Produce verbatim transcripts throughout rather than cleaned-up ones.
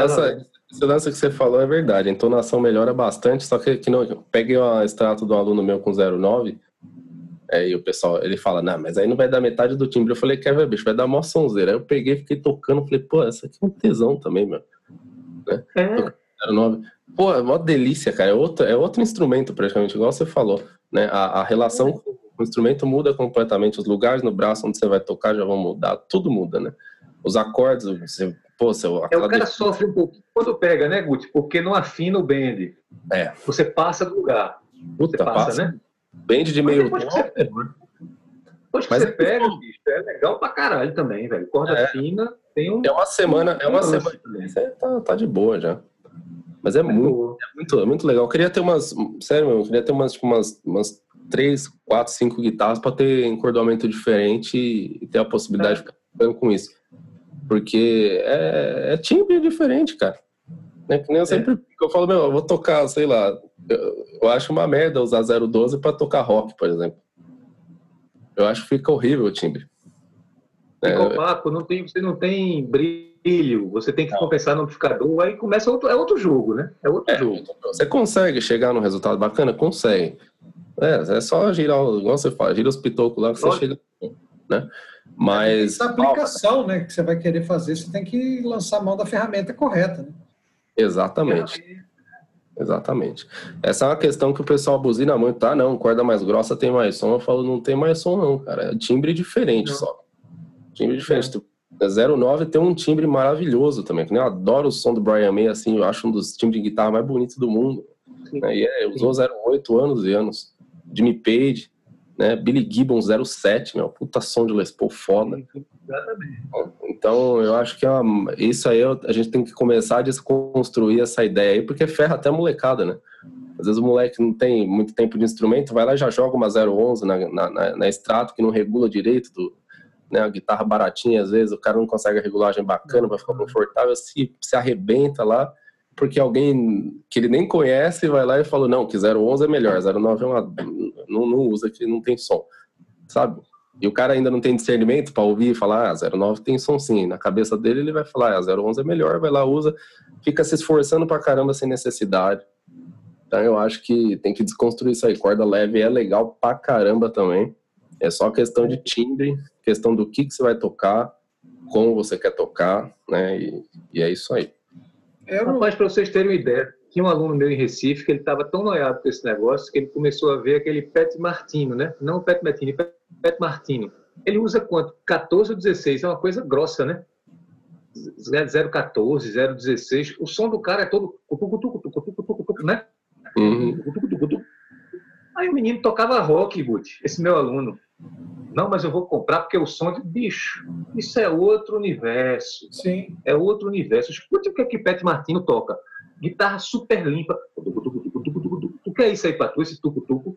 essa, esse lance que você falou é verdade. A entonação melhora bastante, só que, que não, eu peguei o extrato do aluno meu com zero nove, é, e o pessoal, ele fala, não, mas aí não vai dar metade do timbre. Eu falei, quer ver, bicho, vai dar mó sonzeira. Aí eu peguei, fiquei tocando, falei, pô, essa aqui é um tesão também, meu. Né? É. zero nove. Pô, é mó delícia, cara. É outro, é outro instrumento, praticamente, igual você falou. Né? A, a relação é. com o instrumento muda completamente. Os lugares no braço onde você vai tocar já vão mudar. Tudo muda, né? Os acordes, você, pô, seu, é, o cara de... sofre um pouquinho quando pega, né, Guti? Porque não afina o bend. É. Você passa do lugar. Puta, você passa, passa, né? Bend de meio depois que você pega, depois que você pega, bicho, é legal pra caralho também, velho. Corda é. fina, tem um... É uma semana, é uma semana. Você tá, tá de boa já. Mas é, é muito, é muito, é muito legal. Eu queria ter umas, sério, eu queria ter umas, tipo, umas, umas três, quatro, cinco guitarras para ter encordoamento diferente e ter a possibilidade é. de ficar jogando com isso. Porque é, é timbre diferente, cara. É que nem eu sempre é. eu falo, meu, eu vou tocar, sei lá, eu, eu acho uma merda usar zero doze para tocar rock, por exemplo. Eu acho que fica horrível o timbre. Fica é, opaco, não tem, você não tem brilho, você tem que não. compensar no amplificador, aí começa outro, é outro jogo, né? É outro é, jogo. Você consegue chegar num resultado bacana? Consegue. É, é só girar, igual você fala, gira os pitocos lá que Lógico. você chega, né? Mas... Essa aplicação, né, que você vai querer fazer, você tem que lançar a mão da ferramenta correta, né? Exatamente. Exatamente. Essa é uma questão que o pessoal buzina muito, tá? Não, corda mais grossa tem mais som. Eu falo, não tem mais som não, cara. É timbre diferente não. só. Timbre diferente. É. zero nove tem um timbre maravilhoso também. Eu adoro o som do Brian May, assim, eu acho um dos timbres de guitarra mais bonitos do mundo. Né? E é, usou zero oito anos e anos. Jimmy Page, né? Billy Gibbon zero sete, meu, puta som de Les Paul foda. Exatamente. Então, eu acho que é uma, isso aí a gente tem que começar a desconstruir essa ideia aí, porque ferra até a molecada, né? Às vezes o moleque não tem muito tempo de instrumento, vai lá e já joga uma zero onze na, na, na, na extrato, que não regula direito, do, né? A guitarra baratinha, às vezes o cara não consegue a regulagem bacana para ficar confortável, se, se arrebenta lá, porque alguém que ele nem conhece vai lá e fala, não, que zero onze é melhor, zero nove é uma... não, não usa, que não tem som, sabe? E o cara ainda não tem discernimento para ouvir e falar, ah, zero nove tem som sim. Na cabeça dele ele vai falar, ah, zero onze é melhor, vai lá, usa, fica se esforçando pra caramba sem necessidade. Então eu acho que tem que desconstruir isso aí. Corda leve é legal pra caramba também. É só questão de timbre, questão do que, que você vai tocar, como você quer tocar, né? E, e é isso aí. Eu não... Rapaz, para vocês terem uma ideia, tinha um aluno meu em Recife que ele estava tão noiado com esse negócio que ele começou a ver aquele Pat Martino, né? Não o Pat Martini, Pat Martino. Ele usa quanto? quatorze ou dezesseis, é uma coisa grossa, né? zero quatorze, zero dezesseis. O som do cara é todo... né? Uhum. Aí o menino tocava rock, Guti, esse meu aluno. Não, mas eu vou comprar porque o som de bicho. Isso é outro universo. Sim. É outro universo. Escute o que é que Pat Martino toca. Guitarra super limpa. O que é isso aí pra tu, esse tuco-tuco?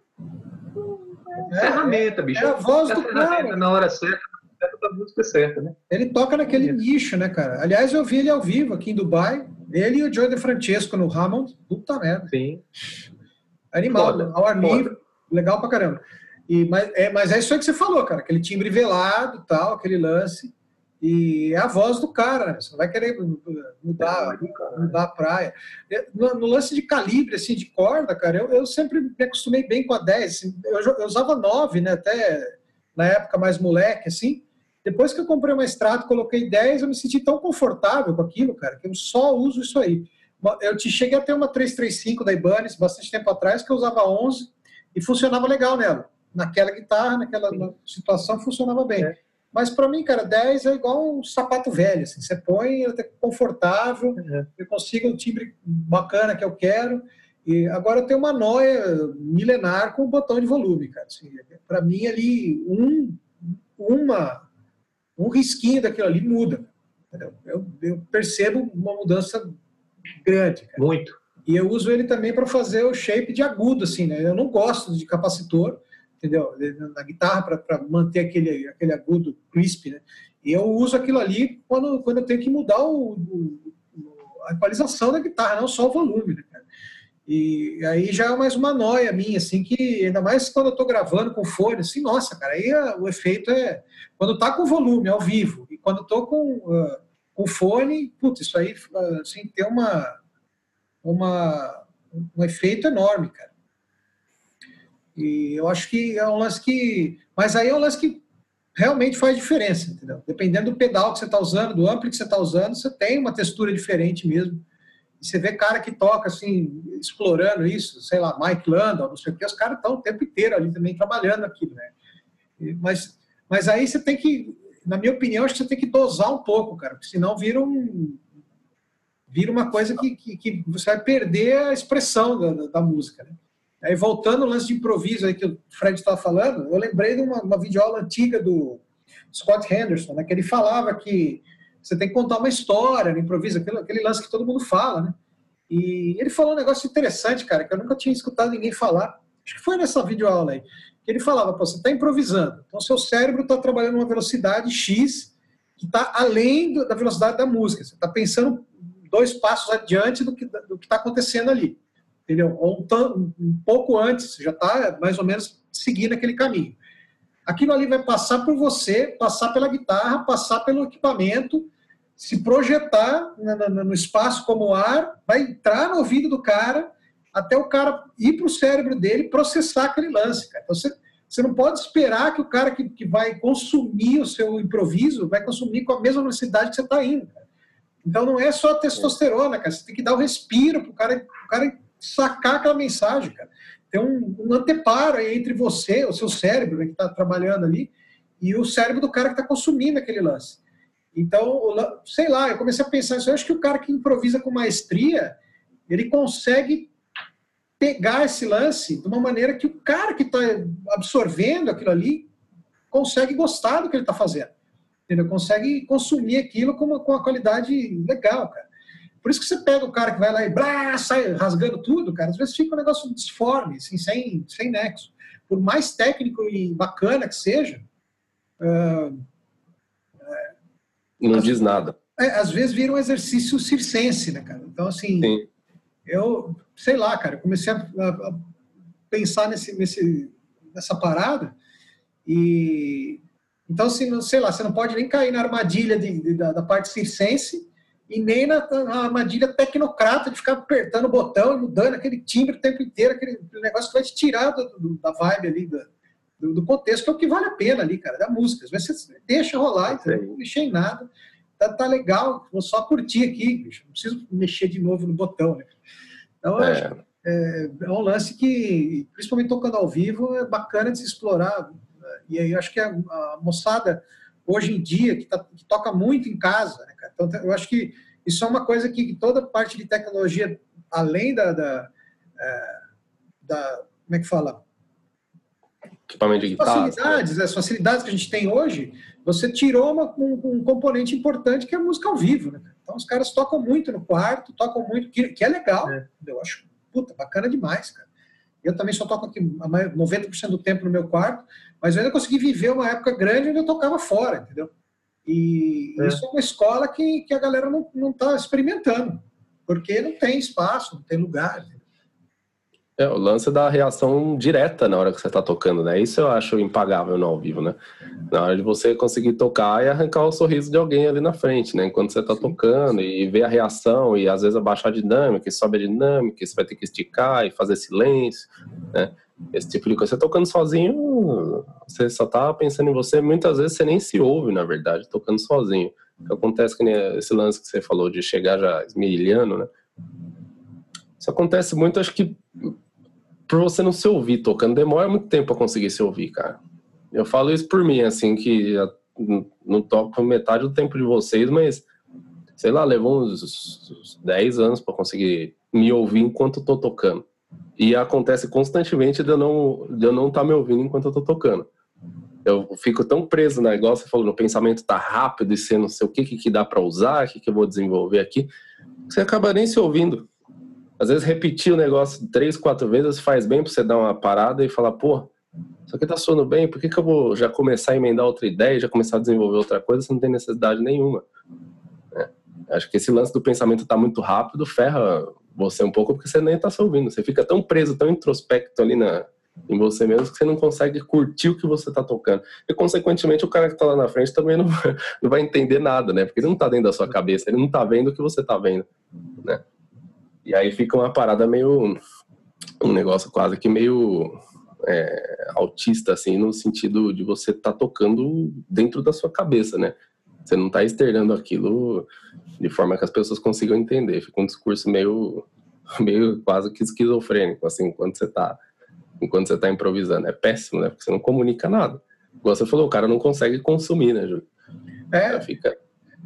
É, ferramenta, bicho. É a voz é do cara. Na hora certa, a música certa, né? Ele toca naquele é. nicho, né, cara? Aliás, eu vi ele ao vivo aqui em Dubai. Ele e o Joe De Francesco no Hammond. Puta merda. Sim. Animal, Foda, ao ar livre. Foda. Legal pra caramba. E, mas, é, mas é isso aí que você falou, cara. Aquele timbre velado, tal, aquele lance. E é a voz do cara, né? Você não vai querer mudar, é mudar a praia. No, no lance de calibre, assim, de corda, cara, eu, eu sempre me acostumei bem com a dez. Assim, eu, eu usava nove, né? Até na época mais moleque, assim. Depois que eu comprei uma Strato, coloquei dez, eu me senti tão confortável com aquilo, cara, que eu só uso isso aí. Eu te cheguei a ter uma trezentos e trinta e cinco da Ibanez, bastante tempo atrás, que eu usava onze e funcionava legal nela. Naquela guitarra, naquela situação, funcionava bem. É. Mas para mim, cara, dez é igual um sapato velho. Assim. Você põe, ele é confortável, uhum. eu consigo um timbre bacana que eu quero. E agora eu tenho uma noia milenar com o botão de volume, cara. Assim, para mim, ali, um, uma, um risquinho daquilo ali muda. Eu, eu percebo uma mudança grande. Cara. Muito. E eu uso ele também para fazer o shape de agudo, assim, né? Eu não gosto de capacitor, entendeu? Na guitarra, para manter aquele, aquele agudo crisp, né? E eu uso aquilo ali quando, quando eu tenho que mudar o, o, a equalização da guitarra, não só o volume, né, cara? E aí já é mais uma noia minha, assim, que ainda mais quando eu tô gravando com fone, assim, nossa, cara, aí a, o efeito é... Quando tá com volume, ao vivo, e quando eu tô com... Uh, com fone, putz, isso aí assim, tem uma, uma, um efeito enorme, cara. E eu acho que é um lance que... Mas aí é um lance que realmente faz diferença, entendeu? Dependendo do pedal que você está usando, do ampli que você está usando, você tem uma textura diferente mesmo. E você vê cara que toca, assim, explorando isso, sei lá, Mike Landau, não sei o quê, os caras estão o tempo inteiro ali também trabalhando aquilo, né? Mas, mas aí você tem que, na minha opinião, acho que você tem que dosar um pouco, cara, porque senão vira um... vira uma coisa que, que, que você vai perder a expressão da, da música, né? Aí, voltando ao lance de improviso aí que o Fred estava falando, eu lembrei de uma, uma videoaula antiga do Scott Henderson, né, que ele falava que você tem que contar uma história no improviso, aquele, aquele lance que todo mundo fala, né? E ele falou um negócio interessante, cara, que eu nunca tinha escutado ninguém falar. Acho que foi nessa videoaula aí. Que ele falava, pô, você está improvisando, então seu cérebro está trabalhando uma velocidade X que está além do, da velocidade da música. Você está pensando dois passos adiante do que do que está acontecendo ali. Entendeu? Ou um, um pouco antes, já está mais ou menos seguindo aquele caminho. Aquilo ali vai passar por você, passar pela guitarra, passar pelo equipamento, se projetar no, no, no espaço como ar, vai entrar no ouvido do cara, até o cara ir para o cérebro dele processar aquele lance, cara. Então você, você não pode esperar que o cara que, que vai consumir o seu improviso vai consumir com a mesma velocidade que você está indo, cara. Então não é só testosterona, cara. Você tem que dar o um respiro para o cara, pro cara sacar aquela mensagem, cara. Tem um, um anteparo aí entre você, o seu cérebro, né, que está trabalhando ali, e o cérebro do cara que está consumindo aquele lance. Então, sei lá, eu comecei a pensar isso. Eu acho que o cara que improvisa com maestria, ele consegue pegar esse lance de uma maneira que o cara que está absorvendo aquilo ali consegue gostar do que ele está fazendo. Entendeu? Consegue consumir aquilo com uma, com uma qualidade legal, cara. Por isso que você pega o cara que vai lá e blá, sai rasgando tudo, cara, às vezes fica um negócio disforme, assim, sem, sem nexo. Por mais técnico e bacana que seja... Uh, e não diz nada. É, às vezes vira um exercício circense, né, cara? Então, assim, Sim. eu, sei lá, cara, comecei a, a pensar nesse, nesse, nessa parada e... Então, assim, sei lá, você não pode nem cair na armadilha de, de, da, da parte circense e nem na, na armadilha tecnocrata de ficar apertando o botão e mudando aquele timbre o tempo inteiro, aquele, aquele negócio que vai te tirar do, do, da vibe ali, do, do, do contexto, que é o que vale a pena ali, cara, da música. Às vezes você deixa rolar, então, não mexer em nada, tá, tá legal, vou só curtir aqui, bicho, não preciso mexer de novo no botão, né? Então, é. Acho, é, é um lance que, principalmente tocando ao vivo, é bacana de se explorar. E aí eu acho que a, a moçada, hoje em dia, que, tá, que toca muito em casa, né, cara? Então, eu acho que isso é uma coisa que toda parte de tecnologia, além da, da, da como é que fala? Equipamento de guitarra. Facilidades, as facilidades que a gente tem hoje, você tirou uma, um, um componente importante que é a música ao vivo, né? Então os caras tocam muito no quarto, tocam muito, que, que é legal, é. Eu acho, puta, bacana demais, cara. Eu também só toco aqui noventa por cento do tempo no meu quarto, mas eu ainda consegui viver uma época grande onde eu tocava fora, entendeu? E é. Isso é uma escola que, que a galera não, não tá experimentando, porque não tem espaço, não tem lugar. Entendeu? É, o lance da reação direta na hora que você tá tocando, né? Isso eu acho impagável no ao vivo, né? Na hora de você conseguir tocar e arrancar o sorriso de alguém ali na frente, né? Enquanto você tá Sim. tocando e ver a reação e às vezes abaixar a dinâmica, e sobe a dinâmica, e você vai ter que esticar e fazer silêncio, né? Esse tipo de coisa. Você tocando sozinho, você só tá pensando em você, muitas vezes você nem se ouve, na verdade, tocando sozinho. Acontece que nem esse lance que você falou de chegar já esmerilhando, né? Isso acontece muito, acho que por você não se ouvir tocando, demora muito tempo pra conseguir se ouvir, cara. Eu falo isso por mim, assim, que não toco metade do tempo de vocês, mas, sei lá, levou uns, uns dez anos pra conseguir me ouvir enquanto eu tô tocando. E acontece constantemente de eu não, de eu não tá me ouvindo enquanto eu tô tocando. Eu fico tão preso na igual você falou, no pensamento tá rápido e você não sei o que que dá pra usar, o que que eu vou desenvolver aqui, você acaba nem se ouvindo. Às vezes repetir o negócio três, quatro vezes faz bem pra você dar uma parada e falar, pô, isso aqui tá soando bem, por que que eu vou já começar a emendar outra ideia, já começar a desenvolver outra coisa, você não tem necessidade nenhuma. É. Acho que esse lance do pensamento tá muito rápido, ferra você um pouco, porque você nem tá se ouvindo, você fica tão preso, tão introspecto ali na, em você mesmo, que você não consegue curtir o que você tá tocando. E, consequentemente, o cara que tá lá na frente também não, não vai entender nada, né? Porque ele não tá dentro da sua cabeça, ele não tá vendo o que você tá vendo, né? E aí fica uma parada meio... um negócio quase que meio é, autista, assim, no sentido de você tá tocando dentro da sua cabeça, né? Você não tá externando aquilo de forma que as pessoas consigam entender. Fica um discurso meio, meio quase que esquizofrênico, assim, enquanto você tá, enquanto você tá improvisando. É péssimo, né? Porque você não comunica nada. Igual você falou, o cara não consegue consumir, né, Júlio? É, fica...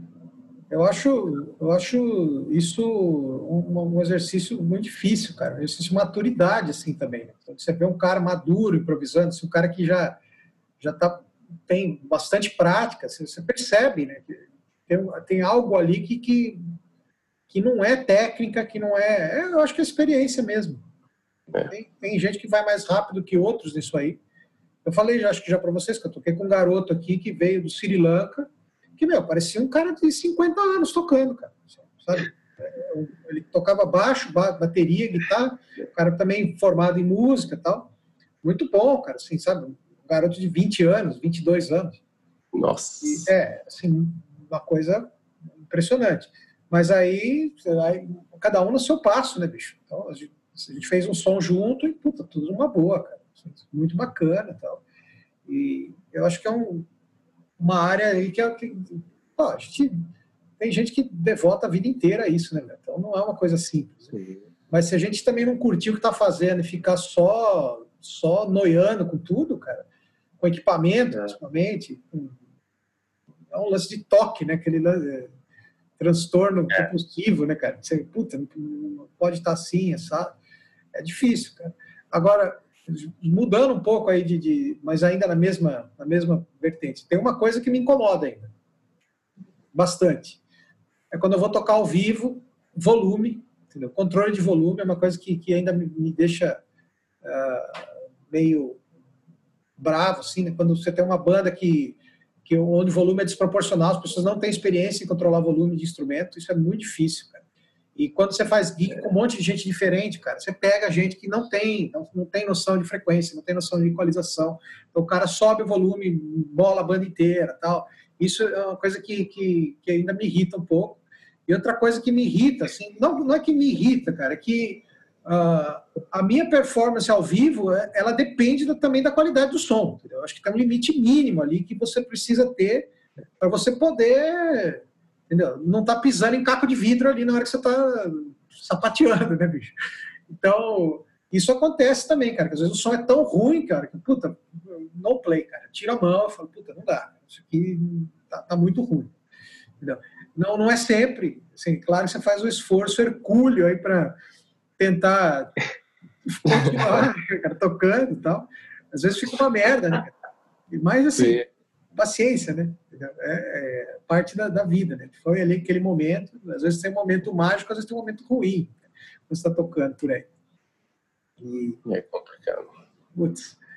eu acho, eu acho isso um, um exercício muito difícil, cara. Um exercício de maturidade, assim, também. Né? Então, você vê um cara maduro improvisando, assim, um cara que já, já tá, tem bastante prática, você, você percebe, né? Que tem, tem algo ali que, que, que não é técnica, que não é... é eu acho que é experiência mesmo. É. Tem, tem gente que vai mais rápido que outros nisso aí. Eu falei, acho que já para vocês, que eu toquei com um garoto aqui que veio do Sri Lanka, que, meu, parecia um cara de cinquenta anos tocando, cara, sabe? Ele tocava baixo, bateria, guitarra, o cara também formado em música e tal. Muito bom, cara, assim, sabe? Um garoto de vinte anos, vinte e dois anos. Nossa. E, é, assim, uma coisa impressionante. Mas aí, aí, cada um no seu passo, né, bicho? Então, a gente, a gente fez um som junto e, puta, tudo numa boa, cara. Muito bacana e tal. E eu acho que é um... uma área aí que, que ó, a gente, tem gente que devota a vida inteira a isso, né? Então não é uma coisa simples. Uhum. Mas se a gente também não curtir o que está fazendo e ficar só, só noiando com tudo, cara, com equipamento, é. principalmente, com, é um lance de toque, né? Aquele é, transtorno é. compulsivo, né, cara? Você, puta, não, não pode estar assim, sabe? É difícil, cara. Agora, mudando um pouco aí, de, de, mas ainda na mesma, na mesma vertente, tem uma coisa que me incomoda ainda, bastante. É quando eu vou tocar ao vivo, volume, entendeu? Controle de volume é uma coisa que, que ainda me, me deixa uh, meio bravo, assim, né? Quando você tem uma banda que, que onde o volume é desproporcional, as pessoas não têm experiência em controlar volume de instrumento, isso é muito difícil, cara. E quando você faz gig com um monte de gente diferente, cara, você pega gente que não tem, não, não tem noção de frequência, não tem noção de equalização. Então o cara sobe o volume, bola a banda inteira, tal. Isso é uma coisa que, que, que ainda me irrita um pouco. E outra coisa que me irrita, assim, não, não é que me irrita, cara, é que uh, a minha performance ao vivo, ela depende do, também da qualidade do som. Entendeu? Eu acho que tem um limite mínimo ali que você precisa ter para você poder... Entendeu? Não tá pisando em caco de vidro ali na hora que você tá sapateando, né, bicho? Então, isso acontece também, cara, que às vezes o som é tão ruim, cara, que, puta, no play, cara. Tira a mão e fala, puta, não dá. Isso aqui tá, tá muito ruim. Entendeu? Não, não é sempre. Assim, claro que você faz um esforço hercúleo aí para tentar continuar, cara, tocando e tal. Às vezes fica uma merda, né, cara? Mas, assim... Sim. Paciência, né? É, é parte da, da vida, né? Foi ali aquele momento, às vezes tem um momento mágico, às vezes tem um momento ruim, quando você está tocando por aí. E... É complicado. Putz.